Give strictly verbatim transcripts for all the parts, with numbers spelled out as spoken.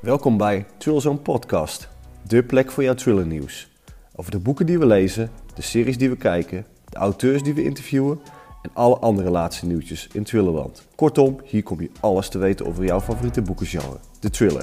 Welkom bij Thrillzone Podcast, de plek voor jouw thriller nieuws. Over de boeken die we lezen, de series die we kijken, de auteurs die we interviewen en alle andere laatste nieuwtjes in Thrillerland. Kortom, hier kom je alles te weten over jouw favoriete boekengenre, de thriller.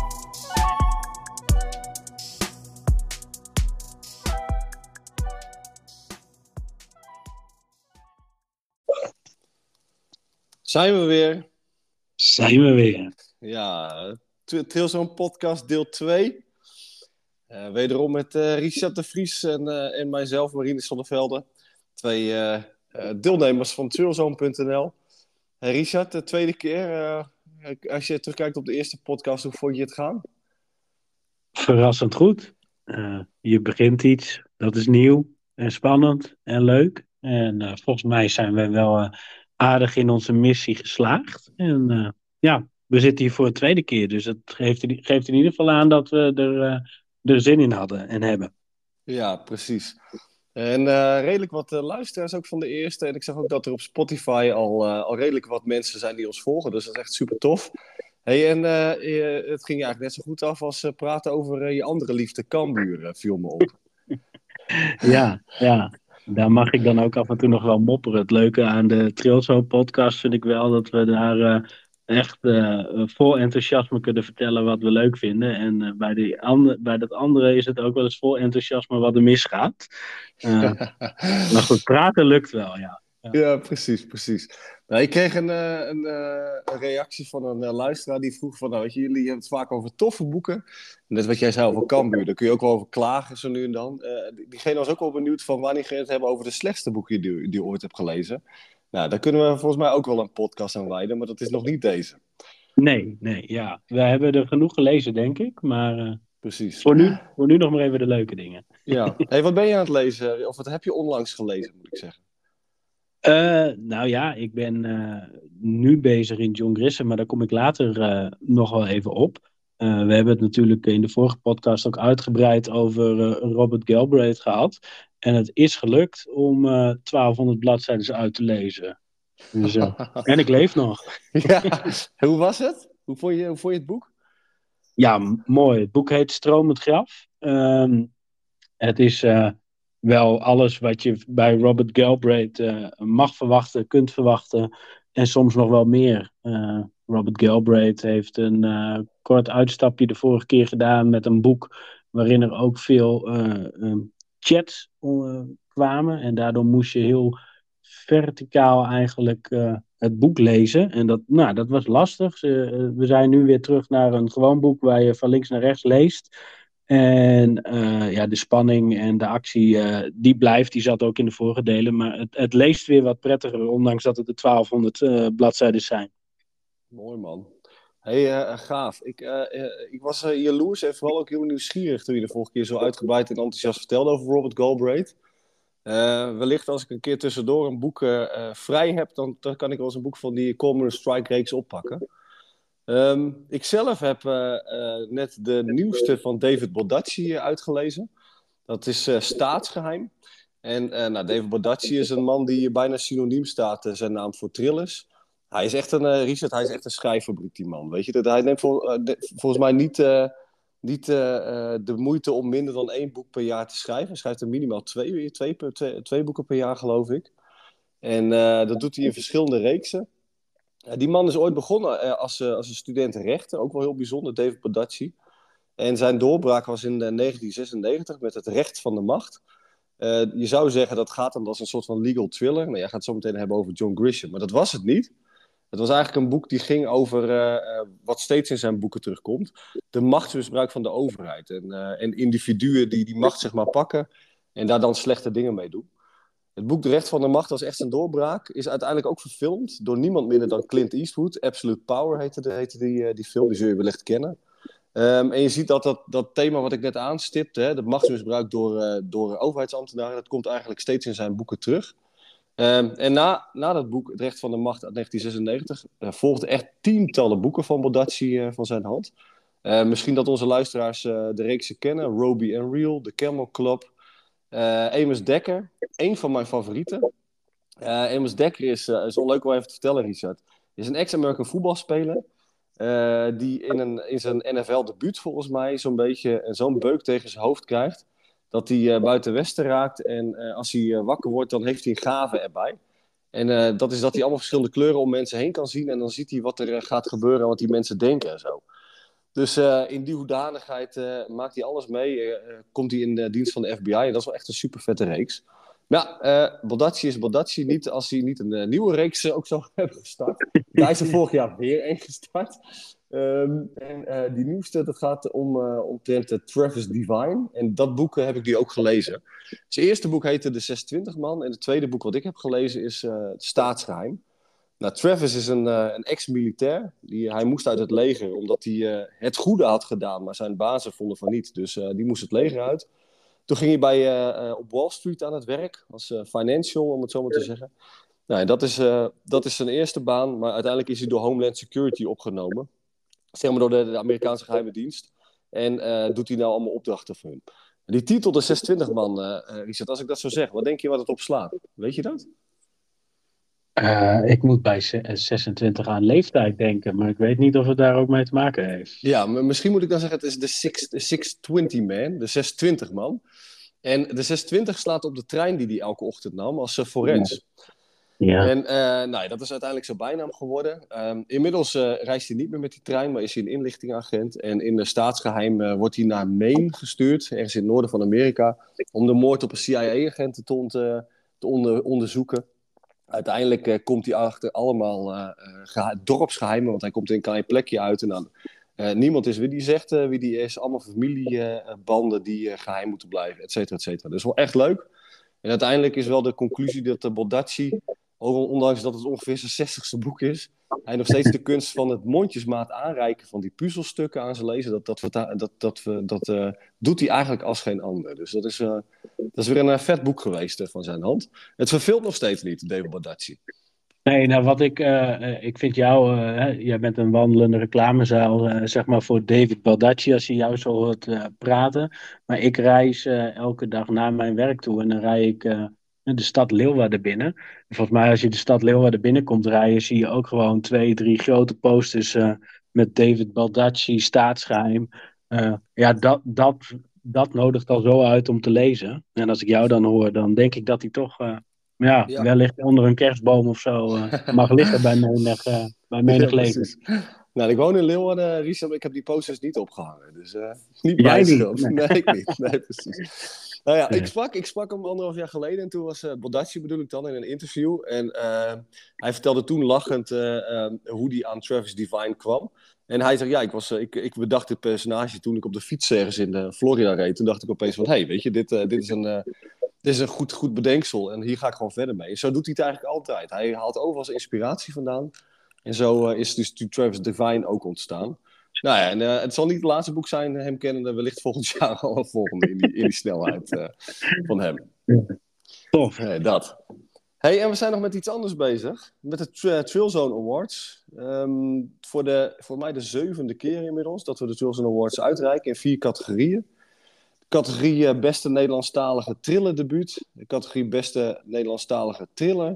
Zijn we weer? Zijn we weer. Ja, Thrillzone Podcast deel twee. Uh, wederom met uh, Richard de Vries en, uh, en mijzelf, Marine Zonnevelde. Twee uh, uh, deelnemers van Thrillzone punt n l. Hey Richard, de tweede keer. Uh, als je terugkijkt op de eerste podcast, hoe vond je het gaan? Verrassend goed. Uh, je begint iets, dat is nieuw en spannend en leuk. En uh, volgens mij zijn we wel uh, aardig in onze missie geslaagd. En uh, ja, we zitten hier voor de tweede keer. Dus het geeft, geeft in ieder geval aan dat we er, uh, er zin in hadden en hebben. Ja, precies. En uh, redelijk wat uh, luisteraars ook van de eerste. En ik zag ook dat er op Spotify al, uh, al redelijk wat mensen zijn die ons volgen. Dus dat is echt super tof. Hey, en uh, je, het ging je eigenlijk net zo goed af als uh, praten over uh, je andere liefde, Cambuur, uh, viel me op. Ja, ja. Daar mag ik dan ook af en toe nog wel mopperen. Het leuke aan de Thrillzone podcast vind ik wel dat we daar uh, echt uh, vol enthousiasme kunnen vertellen wat we leuk vinden. En uh, bij, die andere, bij dat andere is het ook wel eens vol enthousiasme wat er misgaat. Uh, maar goed, praten lukt wel, ja. Ja, ja precies, precies. Nou, ik kreeg een, uh, een, uh, een reactie van een uh, luisteraar die vroeg van, nou, weet je, jullie hebben het vaak over toffe boeken. Net wat jij zei over Cambuur, daar kun je ook wel over klagen zo nu en dan. Uh, diegene was ook wel benieuwd van wanneer ga je het hebben over de slechtste boeken die, die je ooit hebt gelezen. Nou, daar kunnen we volgens mij ook wel een podcast aan wijden, maar dat is nog niet deze. Nee, nee, ja. We hebben er genoeg gelezen, denk ik, maar uh, precies. Voor, nu, voor nu nog maar even de leuke dingen. Ja. Hey, wat ben je aan het lezen? Of wat heb je onlangs gelezen, moet ik zeggen? Uh, nou ja, ik ben uh, nu bezig in John Grisham, maar daar kom ik later uh, nog wel even op. Uh, we hebben het natuurlijk in de vorige podcast ook uitgebreid over uh, Robert Galbraith gehad. En het is gelukt om uh, twaalfhonderd bladzijden uit te lezen. Dus, uh, en ik leef nog. Ja, hoe was het? Hoe vond je, hoe vond je het boek? Ja, m- mooi. Het boek heet Stromend Graf. Um, het is... Uh, wel alles wat je bij Robert Galbraith uh, mag verwachten, kunt verwachten. En soms nog wel meer. Uh, Robert Galbraith heeft een uh, kort uitstapje de vorige keer gedaan met een boek waarin er ook veel uh, um, chats uh, kwamen. En daardoor moest je heel verticaal eigenlijk uh, het boek lezen. En dat, nou, dat was lastig. Uh, we zijn nu weer terug naar een gewoon boek waar je van links naar rechts leest. En uh, ja, de spanning en de actie, uh, die blijft. Die zat ook in de vorige delen. Maar het, het leest weer wat prettiger, ondanks dat het de twaalfhonderd uh, bladzijden zijn. Mooi, man. Hey, uh, gaaf. Ik, uh, uh, ik was uh, jaloers en vooral ook heel nieuwsgierig toen je de vorige keer zo uitgebreid en enthousiast vertelde over Robert Galbraith. Uh, wellicht als ik een keer tussendoor een boek uh, uh, vrij heb, dan, dan kan ik wel eens een boek van die Cormoran Strike reeks oppakken. Um, ik zelf heb uh, uh, net de nieuwste van David Baldacci uitgelezen. Dat is uh, Staatsgeheim. En uh, nou, David Baldacci is een man die bijna synoniem staat, uh, zijn naam voor thrillers. Hij is echt een, uh, Richard, hij is echt een schrijffabriek, die man. Weet je, dat hij neemt vol, uh, de, volgens mij niet, uh, niet uh, uh, de moeite om minder dan één boek per jaar te schrijven. Hij schrijft er minimaal twee, twee, twee, twee boeken per jaar, geloof ik. En uh, dat doet hij in verschillende reeksen. Uh, die man is ooit begonnen uh, als, uh, als een student rechten, ook wel heel bijzonder, David Baldacci. En zijn doorbraak was in uh, negentien zesennegentig met Het Recht van de Macht. Uh, je zou zeggen dat gaat dan als een soort van legal thriller. Nou, jij gaat het zo meteen hebben over John Grisham, maar dat was het niet. Het was eigenlijk een boek die ging over uh, uh, wat steeds in zijn boeken terugkomt. De machtsmisbruik van de overheid. En, uh, en individuen die die macht zeg maar pakken en daar dan slechte dingen mee doen. Het boek De Recht van de Macht was echt zijn doorbraak. Is uiteindelijk ook verfilmd door niemand minder dan Clint Eastwood. Absolute Power heette, de, heette die, uh, die film, die zul je wellicht kennen. Um, en je ziet dat, dat dat thema wat ik net aanstipte, hè, dat machtsmisbruik door, uh, door overheidsambtenaren, dat komt eigenlijk steeds in zijn boeken terug. Um, en na, na dat boek, Het Recht van de Macht uit negentien zesennegentig, uh, volgden echt tientallen boeken van Baldacci uh, van zijn hand. Uh, misschien dat onze luisteraars uh, de reeksen kennen. Roby and Real, The Camel Club. Uh, Amos Dekker, één van mijn favorieten. Uh, Amos Dekker is, uh, is wel leuk om even te vertellen, Richard. Is een ex-American voetbalspeler. Uh, die in, een, in zijn N F L-debuut volgens mij zo'n beetje zo'n beuk tegen zijn hoofd krijgt. Dat hij uh, buiten Westen raakt. En uh, als hij uh, wakker wordt, dan heeft hij een gave erbij. En uh, dat is dat hij allemaal verschillende kleuren om mensen heen kan zien. En dan ziet hij wat er uh, gaat gebeuren en wat die mensen denken en zo. Dus uh, in die hoedanigheid uh, maakt hij alles mee. Uh, komt hij in de dienst van de F B I. En dat is wel echt een super vette reeks. Maar ja, uh, Baldacci is Baldacci niet als hij niet een uh, nieuwe reeks uh, ook zou hebben gestart. Daar is er vorig jaar weer een gestart. Um, en uh, die nieuwste, dat gaat om, uh, omtrent uh, Travis Divine. En dat boek uh, heb ik die ook gelezen. Zijn eerste boek heette De zesentwintig man. En het tweede boek wat ik heb gelezen is uh, Het Staatsgeheim. Nou, Travis is een, uh, een ex-militair. Die, hij moest uit het leger omdat hij uh, het goede had gedaan. Maar zijn bazen vonden van niet. Dus uh, die moest het leger uit. Toen ging hij bij, uh, uh, op Wall Street aan het werk. Als uh, financial, om het zo maar te zeggen. Nou, dat is, uh, dat is zijn eerste baan. Maar uiteindelijk is hij door Homeland Security opgenomen. Zeg maar door de, de Amerikaanse geheime dienst. En uh, doet hij nou allemaal opdrachten voor hun. Die titel, de zesentwintig man, uh, uh, Richard, als ik dat zo zeg. Wat denk je wat het op slaat? Weet je dat? Uh, ik moet bij zesentwintig aan leeftijd denken. Maar ik weet niet of het daar ook mee te maken heeft. Ja, maar misschien moet ik dan zeggen, het is de zeshonderdtwintig man. De zeshonderdtwintig man. En de zeshonderdtwintig slaat op de trein die hij elke ochtend nam als uh, forens. Ja. En uh, nou, dat is uiteindelijk zijn bijnaam geworden. Um, inmiddels uh, reist hij niet meer met die trein, maar is hij een inlichtingagent. En in de staatsgeheim uh, wordt hij naar Maine gestuurd, ergens in het noorden van Amerika, om de moord op een C I A-agent te, te, te onder, onderzoeken. Uiteindelijk uh, komt hij achter allemaal uh, geha- dorpsgeheimen, want hij komt in een klein plekje uit. En dan, uh, niemand is wie die zegt uh, wie die is. Allemaal familiebanden uh, die uh, geheim moeten blijven, et cetera, et cetera. Dus wel echt leuk. En uiteindelijk is wel de conclusie dat de Baldacci, ondanks dat het ongeveer zijn zestigste boek is, hij nog steeds de kunst van het mondjesmaat aanreiken van die puzzelstukken aan zijn lezer, dat, dat, dat, dat, dat, dat uh, doet hij eigenlijk als geen ander. Dus dat is, uh, dat is weer een uh, vet boek geweest uh, van zijn hand. Het verveelt nog steeds niet, David Baldacci. Nee, nou wat ik, uh, ik vind jou, uh, hè, jij bent een wandelende reclamezaal, uh, zeg maar voor David Baldacci als je jou zo hoort uh, praten. Maar ik reis uh, elke dag naar mijn werk toe en dan rij ik uh, de stad Leeuwarden binnen. En volgens mij als je de stad Leeuwarden binnenkomt rijden, zie je ook gewoon twee, drie grote posters uh, met David Baldacci, staatsgeheim. Uh, ja, dat, dat, dat nodigt al zo uit om te lezen. En als ik jou dan hoor, dan denk ik dat hij toch... Uh, Ja, Ja. wellicht onder een kerstboom of zo uh, mag liggen bij menig, uh, bij menig Ja, leven. Nou, ik woon in Leeuwarden, Richard, ik heb die posters niet opgehangen. Dus uh, niet Jij mijn niet? schuld. Nee. Nee, ik niet. Nee, precies. Nou ja, Nee. ik sprak, ik sprak hem anderhalf jaar geleden en toen was uh, Baldacci bedoel ik dan in een interview. En uh, hij vertelde toen lachend uh, uh, hoe hij aan Travis Divine kwam. En hij zei, ja, ik, was, uh, ik, ik bedacht dit personage toen ik op de fiets ergens in uh, Florida reed. Toen dacht ik opeens van, hé, hey, weet je, dit, uh, dit is een... Uh, Dit is een goed, goed bedenksel en hier ga ik gewoon verder mee. Zo doet hij het eigenlijk altijd. Hij haalt overal zijn inspiratie vandaan. En zo uh, is dus Travis Divine ook ontstaan. Nou ja, en uh, het zal niet het laatste boek zijn, hem kennende, wellicht volgend jaar al een volgende in die, in die snelheid uh, van hem. Tof. Hey, dat. Hey, en we zijn nog met iets anders bezig. Met de Tra- Trailzone Awards. Um, voor, de, voor mij de zevende keer inmiddels dat we de Trailzone Awards uitreiken in vier categorieën. Categorie uh, beste Nederlandstalige thriller-debuut. De categorie beste Nederlandstalige thriller.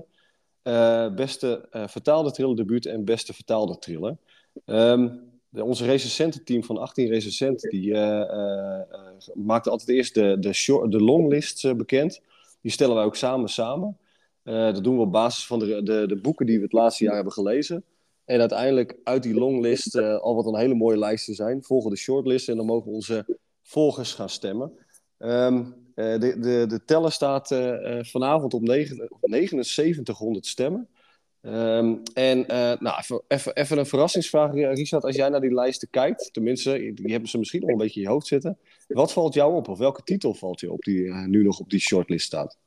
Uh, beste uh, vertaalde thriller-debuut en beste vertaalde thriller. Um, de, onze recensententeam van achttien recensenten die uh, uh, uh, maakte altijd eerst de, de, short, de longlists uh, bekend. Die stellen wij ook samen samen. Uh, dat doen we op basis van de, de, de boeken die we het laatste jaar hebben gelezen. En uiteindelijk uit die longlist, uh, al wat een hele mooie lijsten zijn, volgen de shortlist en dan mogen onze volgers gaan stemmen. Um, uh, de, de, de teller staat uh, vanavond op negenenzeventighonderd stemmen. Um, en uh, nou, even, even, even een verrassingsvraag, Richard. Als jij naar die lijsten kijkt, tenminste, die hebben ze misschien al een beetje in je hoofd zitten. Wat valt jou op? Of welke titel valt je op die uh, nu nog op die shortlist staat?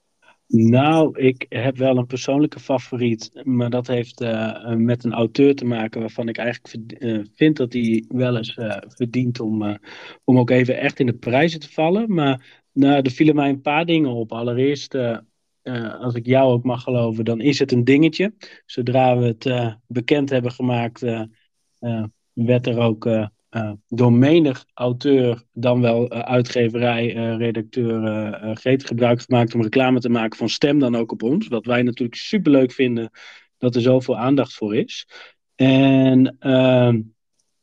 Nou, ik heb wel een persoonlijke favoriet, maar dat heeft uh, met een auteur te maken waarvan ik eigenlijk verd- uh, vind dat hij wel eens uh, verdient om, uh, om ook even echt in de prijzen te vallen. Maar nou, er vielen mij een paar dingen op. Allereerst, uh, uh, als ik jou ook mag geloven, dan is het een dingetje. Zodra we het uh, bekend hebben gemaakt, uh, uh, werd er ook... Uh, Uh, door menig auteur, dan wel uh, uitgeverij, uh, redacteur, uh, uh, gretig gebruik gemaakt om reclame te maken van stem dan ook op ons. Wat wij natuurlijk superleuk vinden dat er zoveel aandacht voor is. En uh,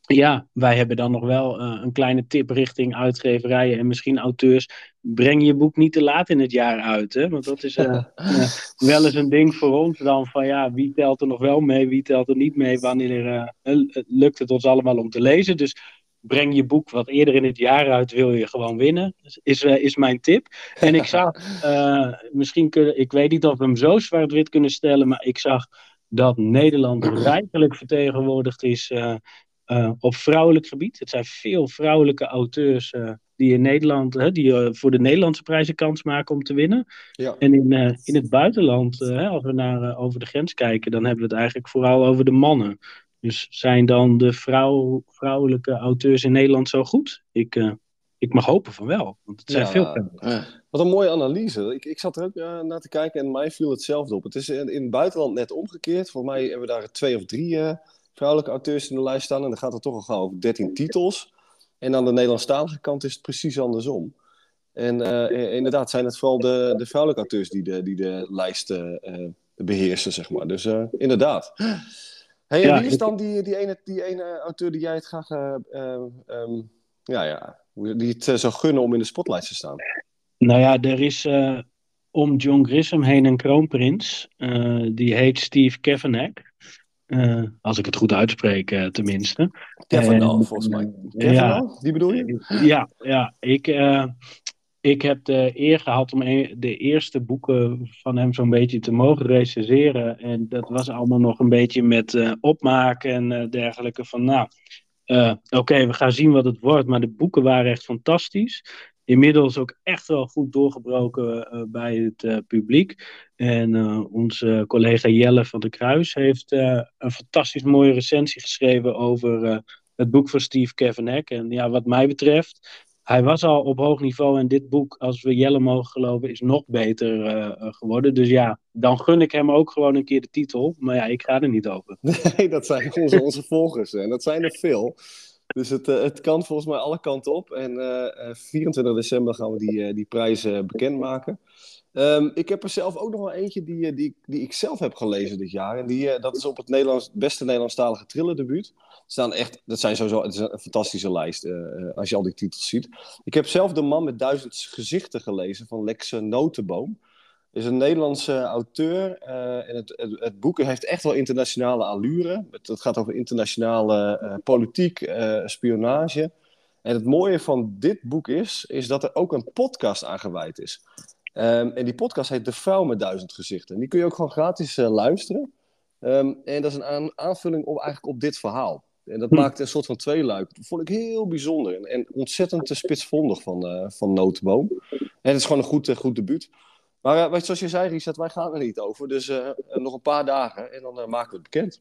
Ja, wij hebben dan nog wel uh, een kleine tip richting uitgeverijen en misschien auteurs. Breng je boek niet te laat in het jaar uit, hè? Want dat is uh, uh, wel eens een ding voor ons dan van ja, wie telt er nog wel mee, wie telt er niet mee, wanneer uh, lukt het ons allemaal om te lezen. Dus breng je boek wat eerder in het jaar uit, wil je gewoon winnen, is, uh, is mijn tip. En ik zag, uh, misschien kunnen, ik weet niet of we hem zo zwart-wit kunnen stellen, maar ik zag dat Nederland rijkelijk vertegenwoordigd is uh, uh, op vrouwelijk gebied. Het zijn veel vrouwelijke auteurs uh, die in Nederland, hè, die uh, voor de Nederlandse prijzen kans maken om te winnen. Ja. En in, uh, in het buitenland, uh, als we naar uh, over de grens kijken, dan hebben we het eigenlijk vooral over de mannen. Dus zijn dan de vrouw, vrouwelijke auteurs in Nederland zo goed? Ik, uh, ik mag hopen van wel, want het zijn Ja, veel vrouwen. wat een mooie analyse. Ik, ik zat er ook uh, naar te kijken en mij viel hetzelfde op. Het is in, in het buitenland net omgekeerd. Volgens mij hebben we daar twee of drie uh, vrouwelijke auteurs in de lijst staan. En dan gaat het toch al gauw over dertien titels. En aan de Nederlandstalige kant is het precies andersom. En uh, inderdaad zijn het vooral de, de vrouwelijke auteurs die de, die de lijst uh, beheersen, zeg maar. Dus uh, inderdaad. Hey, en Ja, wie is ik, dan die, die, ene, die ene auteur die jij het graag... Uh, uh, um, ja, ja, die het uh, zou gunnen om in de spotlight te staan? nou ja, er is uh, om John Grisham heen een kroonprins. Uh, die heet Steve Kavanagh. Uh, als ik het goed uitspreek, uh, tenminste. Kavanaugh, En, volgens mij. uh, ja, Kavanaugh, die bedoel je? ja, ja, ik, uh, ik heb de eer gehad om een, de eerste boeken van hem zo'n beetje te mogen recenseren. En dat was allemaal nog een beetje met uh, opmaken en uh, dergelijke. Van nou, uh, oké, okay, we gaan zien wat het wordt. Maar de boeken waren echt fantastisch. Inmiddels ook echt wel goed doorgebroken uh, bij het uh, publiek. En uh, onze collega Jelle van der Kruis heeft uh, een fantastisch mooie recensie geschreven over uh, het boek van Steve Kavanagh. En ja, wat mij betreft, hij was al op hoog niveau en dit boek, als we Jelle mogen geloven, is nog beter uh, geworden. Dus ja, dan gun ik hem ook gewoon een keer de titel. Maar ja, ik ga er niet over. Nee, dat zijn onze, onze volgers en dat zijn er veel. Dus het, uh, het kan volgens mij alle kanten op. En uh, vierentwintig december gaan we die, uh, die prijzen bekendmaken. Um, ik heb er zelf ook nog wel eentje die, die, die ik zelf heb gelezen dit jaar. En die, uh, dat is op het Nederlands, beste Nederlandstalige thrillerdebuut. Staan echt, dat zijn sowieso, het is een fantastische lijst uh, als je al die titels ziet. Ik heb zelf De Man met Duizend Gezichten gelezen van Lex Notenboom. Is een Nederlandse auteur. Uh, en het, het, het boek heeft echt wel internationale allure. Het, het gaat over internationale uh, politiek, uh, spionage. En het mooie van dit boek is, is dat er ook een podcast aan gewijd is. Um, en die podcast heet De Vrouw met Duizend Gezichten. En die kun je ook gewoon gratis uh, luisteren. Um, en dat is een aan, aanvulling op, eigenlijk op dit verhaal. En dat Hm. maakt een soort van tweeluik. Dat vond ik heel bijzonder. En, en ontzettend uh, spitsvondig van, uh, van Notenboom. En het is gewoon een goed, uh, goed debuut. Maar uh, zoals je zei, Richard, wij gaan er niet over. Dus uh, nog een paar dagen en dan uh, maken we het bekend.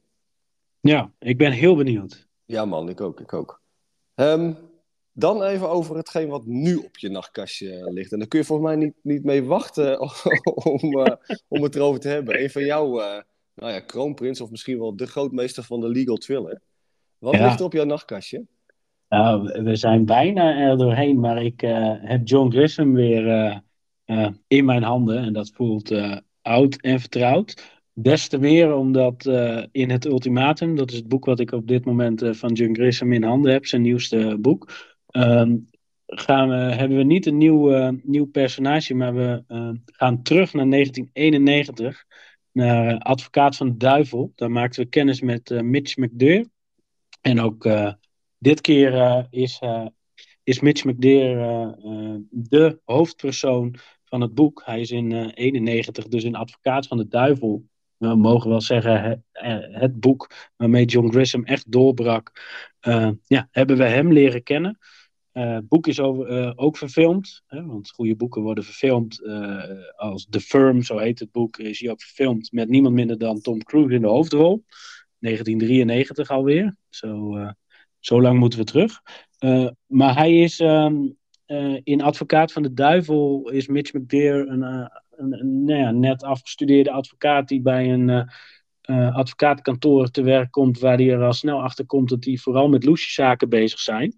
Ja, ik ben heel benieuwd. Ja man, ik ook, ik ook. Um, dan even over hetgeen wat nu op je nachtkastje ligt. En daar kun je volgens mij niet, niet mee wachten om, uh, om het erover te hebben. Een van jouw, uh, nou ja, kroonprins of misschien wel de grootmeester van de legal thriller. Wat Ja. ligt er op jouw nachtkastje? Nou, we zijn bijna er doorheen, maar ik uh, heb John Grisham weer uh, uh, in mijn handen. En dat voelt uh, oud en vertrouwd. Des te meer omdat uh, in het Ultimatum, dat is het boek wat ik op dit moment uh, van John Grisham in handen heb, zijn nieuwste boek, um, gaan we, hebben we niet een nieuw, uh, nieuw personage, maar we uh, gaan terug naar negentien eenennegentig, naar uh, Advocaat van de Duivel. Daar maakten we kennis met uh, Mitch McDure. En ook uh, dit keer uh, is, uh, is Mitch McDure uh, uh, de hoofdpersoon van het boek. Hij is in uh, eenennegentig dus een advocaat van de duivel. We mogen wel zeggen, het, het boek waarmee John Grisham echt doorbrak. Uh, ja, hebben we hem leren kennen. Uh, het boek is over, uh, ook verfilmd, hè, want goede boeken worden verfilmd. Uh, als The Firm, zo heet het boek, is hij ook verfilmd met niemand minder dan Tom Cruise in de hoofdrol. negentien drieënnegentig alweer. Zo, uh, zo lang moeten we terug. Uh, maar hij is um, uh, in Advocaat van de Duivel is Mitch McDure een, uh, een, een nou ja, net afgestudeerde advocaat die bij een uh, uh, advocatenkantoor te werk komt, waar hij er al snel achter komt dat die vooral met loesjeszaken bezig zijn.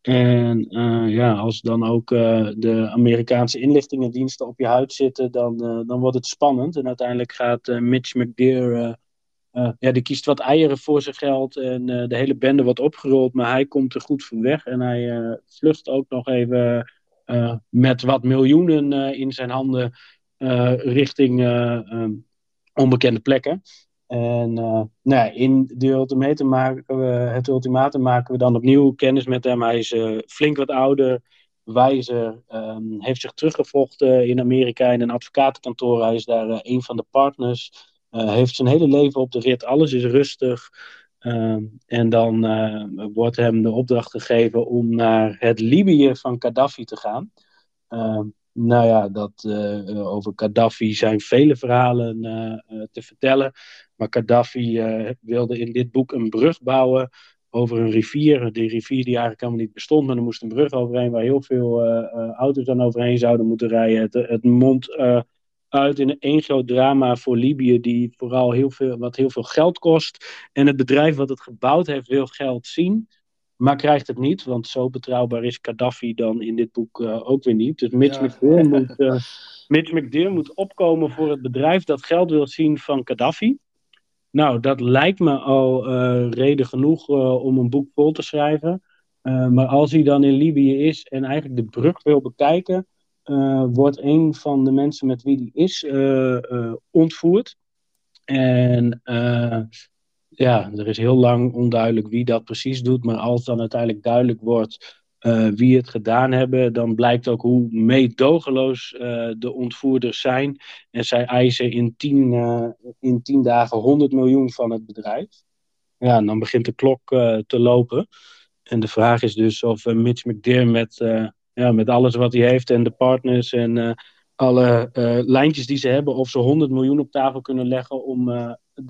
En uh, ja, als dan ook uh, de Amerikaanse inlichtingendiensten op je huid zitten, dan, uh, dan wordt het spannend. En uiteindelijk gaat uh, Mitch McDure uh, Uh, ja, die kiest wat eieren voor zijn geld en uh, de hele bende wordt opgerold, maar hij komt er goed van weg en hij uh, vlucht ook nog even uh, met wat miljoenen uh, in zijn handen uh, richting uh, um, onbekende plekken. En uh, nou, in de ultimatum maken we, het ultimatum maken we dan opnieuw kennis met hem. Hij is uh, flink wat ouder, wijzer, um, heeft zich teruggevochten in Amerika in een advocatenkantoor. Hij is daar uh, een van de partners. Uh, heeft zijn hele leven op de rit, alles is rustig. Uh, en dan uh, wordt hem de opdracht gegeven om naar het Libië van Gaddafi te gaan. Uh, nou ja, dat, uh, over Gaddafi zijn vele verhalen uh, uh, te vertellen. Maar Gaddafi uh, wilde in dit boek een brug bouwen over een rivier. Die rivier die eigenlijk helemaal niet bestond, maar er moest een brug overheen waar heel veel uh, uh, auto's dan overheen zouden moeten rijden. Het, het mondt uh, uit in één groot drama voor Libië, die vooral heel veel, wat heel veel geld kost. En het bedrijf wat het gebouwd heeft wil geld zien, maar krijgt het niet, want zo betrouwbaar is Gaddafi dan in dit boek uh, ook weer niet. Dus Mitch, ja. McDear moet, uh, Mitch McDear moet opkomen voor het bedrijf dat geld wil zien van Gaddafi. Nou, dat lijkt me al uh, reden genoeg uh, om een boek vol te schrijven. Uh, maar als hij dan in Libië is en eigenlijk de brug wil bekijken, uh, wordt een van de mensen met wie hij is uh, uh, ontvoerd. En uh, ja, er is heel lang onduidelijk wie dat precies doet. Maar als dan uiteindelijk duidelijk wordt uh, wie het gedaan hebben, dan blijkt ook hoe meedogenloos uh, de ontvoerders zijn. En zij eisen in tien, uh, in tien dagen honderd miljoen van het bedrijf. Ja, en dan begint de klok uh, te lopen. En de vraag is dus of uh, Mitch McDear met, uh, ja, met alles wat hij heeft en de partners en uh, alle uh, lijntjes die ze hebben, of ze honderd miljoen op tafel kunnen leggen om uh,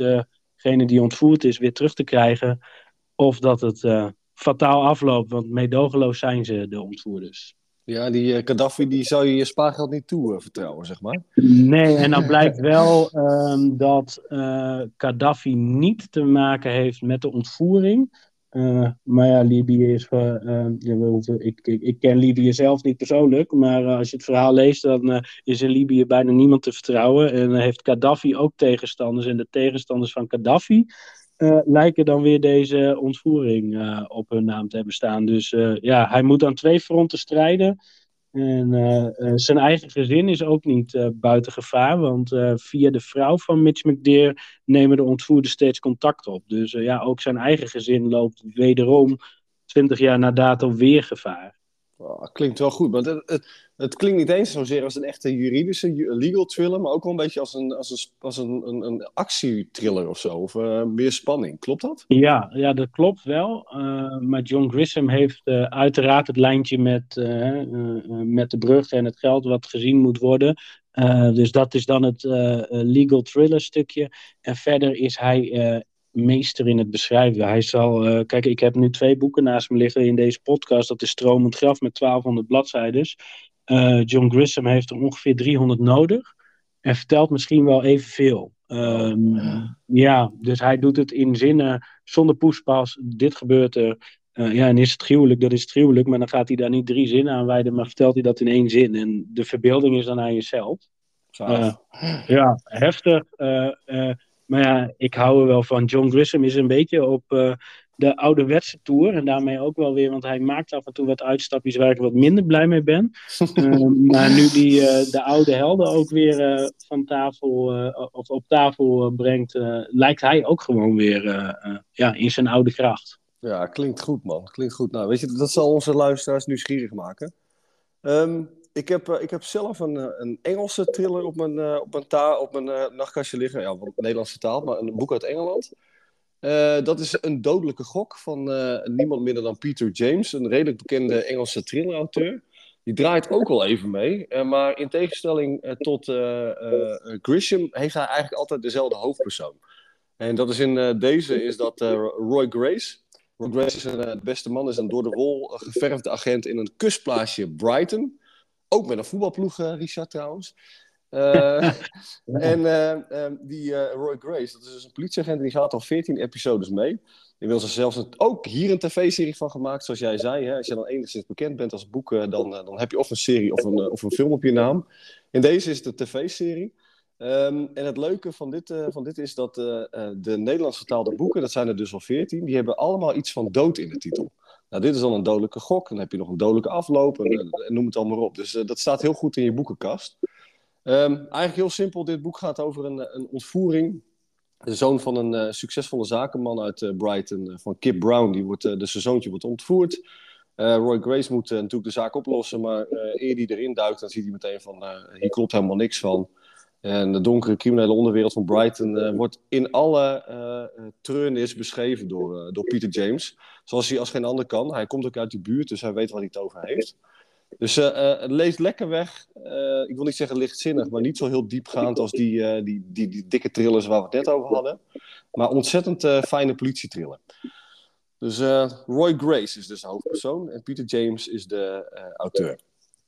degene die ontvoerd is weer terug te krijgen. Of dat het uh, fataal afloopt, want meedogenloos zijn ze, de ontvoerders. Ja, die uh, Gaddafi, die zou je je spaargeld niet toe uh, vertrouwen, zeg maar. Nee, en dan blijkt wel um, dat uh, Gaddafi niet te maken heeft met de ontvoering. Uh, maar ja, Libië is... Uh, uh, ja, we hoeven, ik, ik, ik ken Libië zelf niet persoonlijk, maar uh, als je het verhaal leest, dan uh, is in Libië bijna niemand te vertrouwen. En uh, heeft Gaddafi ook tegenstanders. En de tegenstanders van Gaddafi uh, lijken dan weer deze ontvoering uh, op hun naam te hebben staan. Dus uh, ja, hij moet aan twee fronten strijden. En uh, uh, zijn eigen gezin is ook niet uh, buiten gevaar, want uh, via de vrouw van Mitch McDear nemen de ontvoerders steeds contact op. Dus uh, ja, ook zijn eigen gezin loopt wederom twintig jaar na dato weer gevaar. Oh, klinkt wel goed, maar het, het, het klinkt niet eens zozeer als een echte juridische legal thriller, maar ook wel een beetje als een, als een, als een, een, een actietriller of zo, of uh, meer spanning. Klopt dat? Ja, ja dat klopt wel. Uh, maar John Grisham heeft uh, uiteraard het lijntje met, uh, uh, uh, met de brug en het geld wat gezien moet worden. Uh, dus dat is dan het uh, legal thriller stukje. En verder is hij uh, meester in het beschrijven. Hij zal, uh, kijk, ik heb nu twee boeken naast me liggen in deze podcast. Dat is Stromend Graf met twaalfhonderd bladzijdes. Uh, John Grisham heeft er ongeveer driehonderd nodig. En vertelt misschien wel evenveel. Um, ja, dus hij doet het in zinnen zonder poespas. Dit gebeurt er. Uh, ja, en is het gruwelijk, dat is het gruwelijk. Maar dan gaat hij daar niet drie zinnen aan wijden, maar vertelt hij dat in één zin. En de verbeelding is dan aan jezelf. Uh, ja, heftig. Uh, uh, maar ja, ik hou er wel van. John Grisham is een beetje op uh, de ouderwetse tour. En daarmee ook wel weer, want hij maakt af en toe wat uitstapjes waar ik wat minder blij mee ben. Uh, maar nu die uh, de oude helden ook weer uh, van tafel uh, of op tafel uh, brengt, uh, lijkt hij ook gewoon weer uh, uh, ja, in zijn oude kracht. Ja, klinkt goed, man. Klinkt goed. Nou, weet je, dat zal onze luisteraars nieuwsgierig maken. Um, ik, heb, uh, ik heb zelf een, uh, een Engelse thriller op mijn, uh, op mijn, ta- op mijn uh, nachtkastje liggen. Ja, van Nederlandse taal, maar een boek uit Engeland. Uh, dat is Een Dodelijke Gok van uh, niemand minder dan Peter James. Een redelijk bekende Engelse thrillerauteur. Die draait ook al even mee. Uh, maar in tegenstelling uh, tot uh, uh, Grisham heeft hij eigenlijk altijd dezelfde hoofdpersoon. En dat is in uh, deze is dat uh, Roy Grace. Roy Grace is een uh, beste man, is een door de wol uh, geverfde agent in een kustplaatsje Brighton. Ook met een voetbalploeg, uh, Richard trouwens. Uh, en uh, um, die uh, Roy Grace, dat is dus een politieagent, die gaat al veertien episodes mee. Inmiddels is er zelfs een, ook hier een tv-serie van gemaakt, zoals jij zei. Hè? Als je dan enigszins bekend bent als boek, uh, dan, uh, dan heb je of een serie of een, uh, of een film op je naam. In deze is het een tv-serie. Um, en het leuke van dit, uh, van dit is dat uh, uh, de Nederlands vertaalde boeken, dat zijn er dus al veertien, die hebben allemaal iets van dood in de titel. Nou, dit is dan een dodelijke gok, dan heb je nog een dodelijke afloop en, en noem het allemaal op. Dus uh, dat staat heel goed in je boekenkast. Um, eigenlijk heel simpel, dit boek gaat over een, een ontvoering. De zoon van een uh, succesvolle zakenman uit uh, Brighton, uh, van Kip Brown, die wordt, uh, dus zijn zoontje wordt ontvoerd. Uh, Roy Grace moet uh, natuurlijk de zaak oplossen, maar uh, eer hij erin duikt, dan ziet hij meteen van, uh, hier klopt helemaal niks van. En de donkere criminele onderwereld van Brighton uh, wordt in alle uh, treurnis beschreven door, uh, door Peter James. Zoals hij als geen ander kan. Hij komt ook uit die buurt, dus hij weet waar hij het over heeft. Dus uh, uh, het leest lekker weg. Uh, ik wil niet zeggen lichtzinnig, maar niet zo heel diepgaand als die, uh, die, die, die dikke thrillers waar we het net over hadden. Maar ontzettend uh, fijne politietriller. Dus uh, Roy Grace is dus de hoofdpersoon en Peter James is de uh, auteur.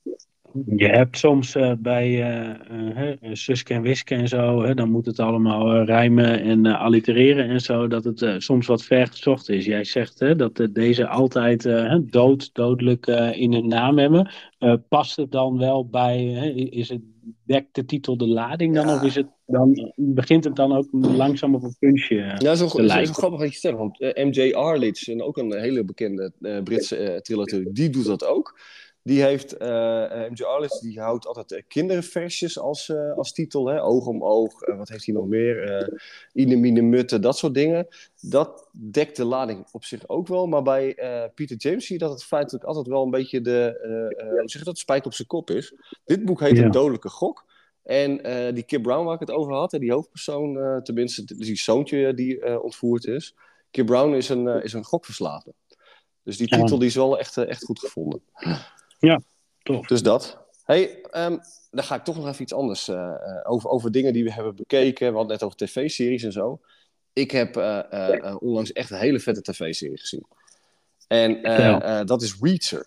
Je hebt soms uh, bij uh, uh, Suske en Wiske en zo, hè, dan moet het allemaal uh, rijmen en uh, allitereren en zo, dat het uh, soms wat ver gezocht is. Jij zegt hè, dat uh, deze altijd uh, dood, dodelijk uh, in hun naam hebben. Uh, past het dan wel bij, uh, is het, dekt de titel de lading dan, ja. Of is het dan, begint het dan ook langzaam op een puntje uh, ja, zo, te lijken? Zo grappig dat je stelt, want uh, M J Arledge, en ook een hele bekende uh, Britse uh, thriller, die doet dat ook. Die heeft, uh, M J Arledge, die houdt altijd uh, kinderversjes als, uh, als titel. Hè? Oog om oog, uh, wat heeft hij nog meer? Uh, Ine mine mutte, dat soort dingen. Dat dekt de lading op zich ook wel. Maar bij uh, Peter James zie je dat het feitelijk altijd wel een beetje de, uh, uh, hoe zeg je dat, spijker op zijn kop is. Dit boek heet ja. Een dodelijke gok. En uh, die Kip Brown waar ik het over had, hè, die hoofdpersoon, uh, tenminste die zoontje die uh, ontvoerd is. Kip Brown is een, uh, is een gokverslaafde. Dus die titel ja. die is wel echt, uh, echt goed gevonden. Ja, tof. Dus dat. Hey, um, dan ga ik toch nog even iets anders uh, over, over dingen die we hebben bekeken. We hadden net over tv-series en zo. Ik heb uh, uh, onlangs echt een hele vette tv-serie gezien. En uh, ja. uh, dat is Reacher.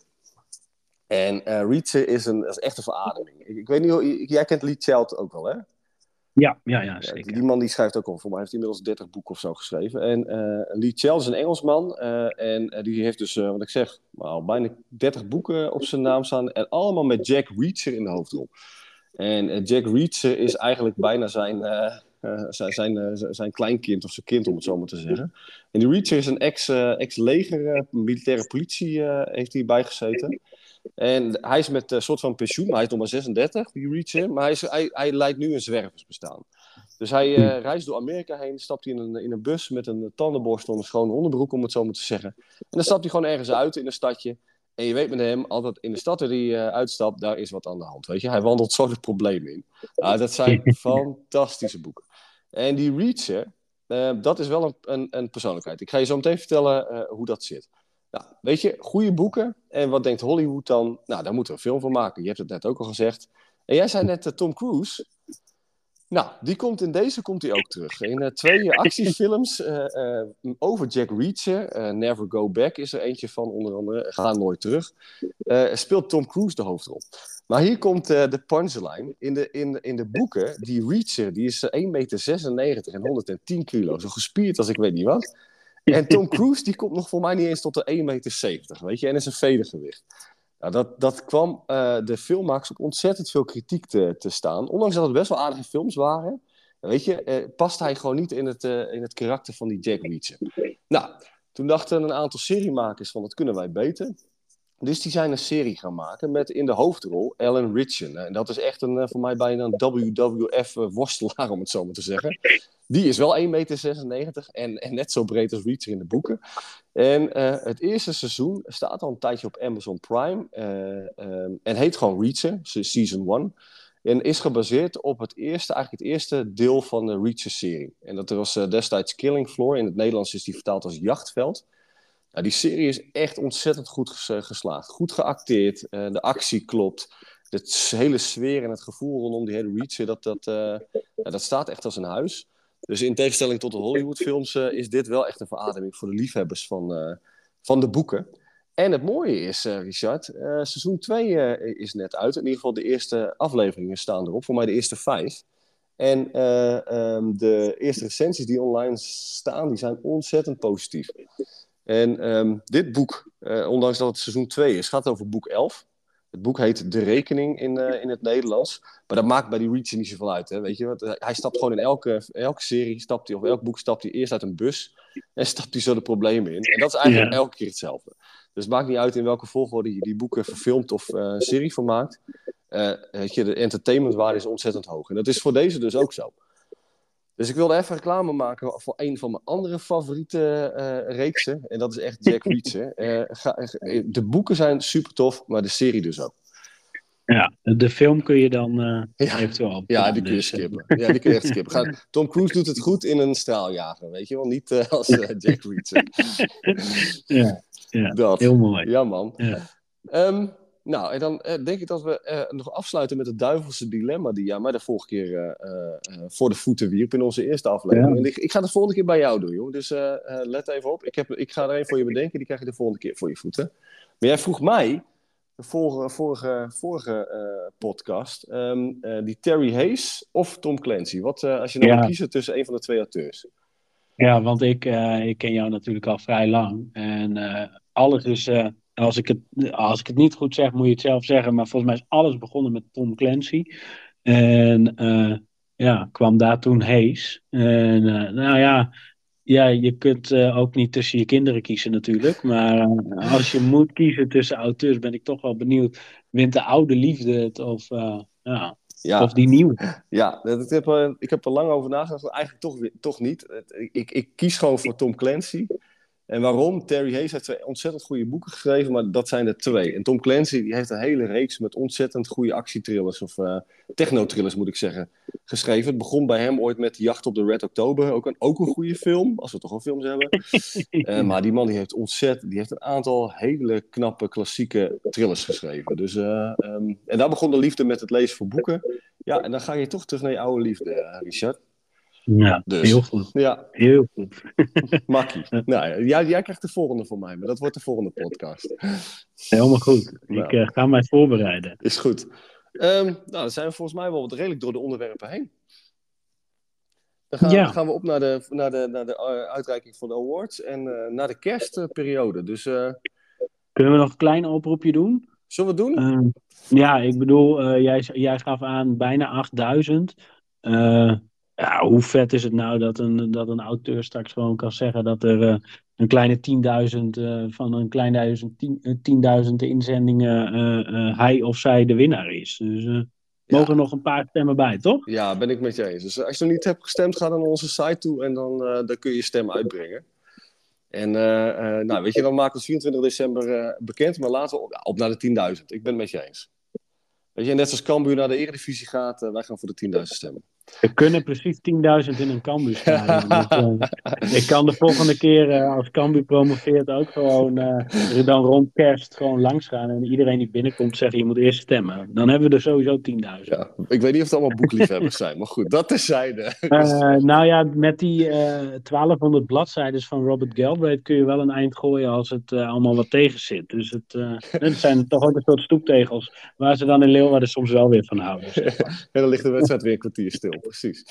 En uh, Reacher is, een, is echt een verademing. Ik, ik weet niet hoe, jij kent Lee Child ook wel, hè? Ja, ja, ja, zeker. Die, die man die schrijft ook al, voor mij heeft hij inmiddels dertig boeken of zo geschreven. En uh, Lee Child is een Engelsman. Uh, en uh, die heeft dus, uh, wat ik zeg, al bijna dertig boeken op zijn naam staan. En allemaal met Jack Reacher in de hoofdrol. En uh, Jack Reacher is eigenlijk bijna zijn, uh, uh, zijn, zijn, uh, zijn kleinkind of zijn kind, om het zo maar te zeggen. En die Reacher is een ex, uh, ex-leger, uh, militaire politie uh, heeft hij bijgezeten. En hij is met een uh, soort van pensioen, maar hij is nog maar zesendertig, die Reacher. Maar hij, is, hij, hij leidt nu een zwerversbestaan. Dus hij uh, reist door Amerika heen, stapt hij in een, in een bus met een tandenborstel en een schone onderbroek, om het zo maar te zeggen. En dan stapt hij gewoon ergens uit in een stadje. En je weet met hem, altijd in de stad waar hij uh, uitstapt, daar is wat aan de hand. Weet je? Hij wandelt zo de problemen in. Uh, dat zijn fantastische boeken. En die Reacher, uh, dat is wel een, een, een persoonlijkheid. Ik ga je zo meteen vertellen uh, hoe dat zit. Nou, weet je, goede boeken. En wat denkt Hollywood dan? Nou, daar moeten we een film van maken. Je hebt het net ook al gezegd. En jij zei net uh, Tom Cruise. Nou, die komt in deze komt hij ook terug. In uh, twee uh, actiefilms uh, uh, over Jack Reacher. Uh, Never Go Back is er eentje van, onder andere. Ga nooit terug. Uh, speelt Tom Cruise de hoofdrol. Maar hier komt uh, de punchline. In de, in, in de boeken, die Reacher, die is uh, één komma zesennegentig meter en honderdtien kilo. Zo gespierd als ik weet niet wat. En Tom Cruise, die komt nog voor mij niet eens tot de één komma zeventig meter, weet je. En is een vedergewicht. Nou, dat, dat kwam uh, de filmmakers op ontzettend veel kritiek te, te staan. Ondanks dat het best wel aardige films waren. Weet je, uh, past hij gewoon niet in het, uh, in het karakter van die Jack Reacher. Nou, toen dachten een aantal seriemakers van, dat kunnen wij beter. Dus die zijn een serie gaan maken met in de hoofdrol Alan Ritchson. En dat is echt een, voor mij bijna een W W F-worstelaar, om het zo maar te zeggen. Die is wel één komma zesennegentig meter en, en net zo breed als Reacher in de boeken. En uh, het eerste seizoen staat al een tijdje op Amazon Prime. Uh, um, en heet gewoon Reacher, Season one. En is gebaseerd op het eerste, eigenlijk het eerste deel van de Reacher-serie. En dat was uh, destijds Killing Floor. In het Nederlands is die vertaald als Jachtveld. Nou, die serie is echt ontzettend goed ges- geslaagd. Goed geacteerd, uh, de actie klopt. De hele sfeer en het gevoel rondom die hele Reacher, dat, dat, uh, ja, dat staat echt als een huis. Dus in tegenstelling tot de Hollywoodfilms uh, is dit wel echt een verademing voor de liefhebbers van, uh, van de boeken. En het mooie is, uh, Richard, uh, seizoen twee uh, is net uit. In ieder geval de eerste afleveringen staan erop. Voor mij de eerste vijf. En uh, um, de eerste recensies die online staan, die zijn ontzettend positief. En um, dit boek, uh, ondanks dat het seizoen twee is, gaat over boek elf. Het boek heet De Rekening in, uh, in het Nederlands. Maar dat maakt bij die Reacher niet zoveel uit. Hè? Weet je wat? Hij stapt gewoon in elke, elke serie, stapt hij, of elk boek stapt hij eerst uit een bus. En stapt hij zo de problemen in. En dat is eigenlijk ja. elke keer hetzelfde. Dus het maakt niet uit in welke volgorde je die boeken verfilmt of uh, een serie van maakt. Uh, weet je, de entertainmentwaarde is ontzettend hoog. En dat is voor deze dus ook zo. Dus ik wilde even reclame maken voor een van mijn andere favoriete uh, reeksen. En dat is echt Jack Reacher. Uh, ga, uh, de boeken zijn super tof, maar de serie dus ook. Ja, de film kun je dan uh, ja. eventueel op. Ja, die kun je skippen. Ja, die kun je echt skippen. Ga, Tom Cruise doet het goed in een straaljager, weet je wel? Niet uh, als uh, Jack Reacher. ja, ja. Dat. Heel mooi. Ja, man. Ja. Um, nou, en dan uh, denk ik dat we uh, nog afsluiten met het duivelse dilemma die jij mij de vorige keer uh, uh, voor de voeten wierp in onze eerste aflevering. Ja. En ik, ik ga het de volgende keer bij jou doen, joh. Dus uh, uh, let even op. Ik, heb, ik ga er een voor je bedenken, die krijg je de volgende keer voor je voeten. Maar jij vroeg mij, de vorige, vorige, vorige uh, podcast, um, uh, die Terry Hayes of Tom Clancy. Wat uh, als je nou ja. moet kiezen tussen een van de twee auteurs? Ja, want ik, uh, ik ken jou natuurlijk al vrij lang. En uh, alles is... Uh... Als ik, het, als ik het niet goed zeg, moet je het zelf zeggen. Maar volgens mij is alles begonnen met Tom Clancy. En uh, ja, kwam daar toen Hayes. En uh, nou ja, ja, je kunt uh, ook niet tussen je kinderen kiezen natuurlijk. Maar uh, als je moet kiezen tussen auteurs, ben ik toch wel benieuwd. Wint de oude liefde het of, uh, ja, ja. of die nieuwe? Ja, ik heb, uh, ik heb er lang over nagedacht. Eigenlijk toch, toch niet. Ik, ik kies gewoon voor Tom Clancy. En waarom? Terry Hayes heeft twee ontzettend goede boeken geschreven, maar dat zijn er twee. En Tom Clancy die heeft een hele reeks met ontzettend goede actietrillers, of uh, technotrillers moet ik zeggen, geschreven. Het begon bij hem ooit met Jacht op de Red October, ook een, ook een goede film, als we toch al films hebben. uh, maar die man die heeft ontzettend, die heeft een aantal hele knappe klassieke thrillers geschreven. Dus, uh, um, en daar begon de liefde met het lezen van boeken. Ja, en dan ga je toch terug naar je oude liefde, uh, Richard. Ja, dus, heel goed. Ja. Heel goed. Makkie. Nou, jij, jij krijgt de volgende voor mij, maar dat wordt de volgende podcast. Helemaal goed. Nou, ik uh, ga mij voorbereiden. Is goed. Um, nou, dan zijn we volgens mij wel wat redelijk door de onderwerpen heen. Dan gaan, ja. dan gaan we op naar de, naar de, naar de uh, uitreiking van de awards en uh, naar de kerstperiode. Dus, uh... Kunnen we nog een klein oproepje doen? Zullen we het doen? Uh, ja, ik bedoel, uh, jij, jij gaf aan bijna achtduizend. Uh, Ja, hoe vet is het nou dat een, dat een auteur straks gewoon kan zeggen dat er uh, een kleine tienduizend uh, van een kleine tienduizend inzendingen uh, uh, hij of zij de winnaar is. Dus uh, ja. mogen er nog een paar stemmen bij, toch? Ja, ben ik met je eens. Dus als je nog niet hebt gestemd, ga dan naar onze site toe en dan, uh, dan kun je je stem uitbrengen. En uh, uh, nou, weet je, dan maken we het vierentwintig december uh, bekend, maar laten we op, op naar de tienduizend. Ik ben het met je eens. Weet je, net als Cambuur naar de Eredivisie gaat, uh, wij gaan voor de tienduizend stemmen. Er kunnen precies tienduizend in een Cambuur staan. Dus, uh, ik kan de volgende keer uh, als Cambuur promoveert ook gewoon uh, dan rond kerst gewoon langs gaan. En iedereen die binnenkomt zeggen je moet eerst stemmen. Dan hebben we er sowieso tienduizend. Ja, ik weet niet of het allemaal boekliefhebbers zijn, maar goed, dat terzijde. Uh, nou ja, met die uh, twaalfhonderd bladzijden van Robert Galbraith kun je wel een eind gooien als het uh, allemaal wat tegen zit. Dus het, uh, het zijn toch ook een soort stoeptegels waar ze dan in Leeuwarden soms wel weer van houden. Zeg maar. En dan ligt de wedstrijd weer een kwartier stil. Precies.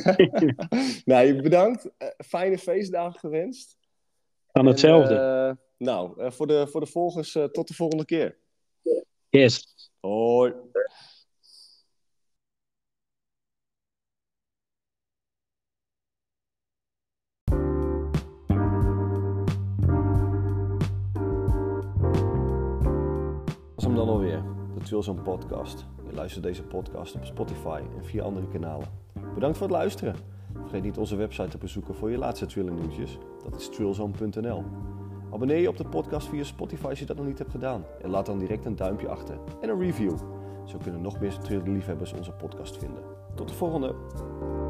Nou, bedankt. Uh, fijne feestdagen gewenst. Van hetzelfde. En, uh, nou, uh, voor, de, voor de volgers, uh, tot de volgende keer. Yes. Hoi. Dat is hem dan alweer. De Twilzone podcast. Je luistert deze podcast op Spotify en via andere kanalen. Bedankt voor het luisteren. Vergeet niet onze website te bezoeken voor je laatste Thriller nieuwtjes. Dat is twilzone punt n l. Abonneer je op de podcast via Spotify als je dat nog niet hebt gedaan. En laat dan direct een duimpje achter en een review. Zo kunnen nog meer Thriller liefhebbers onze podcast vinden. Tot de volgende!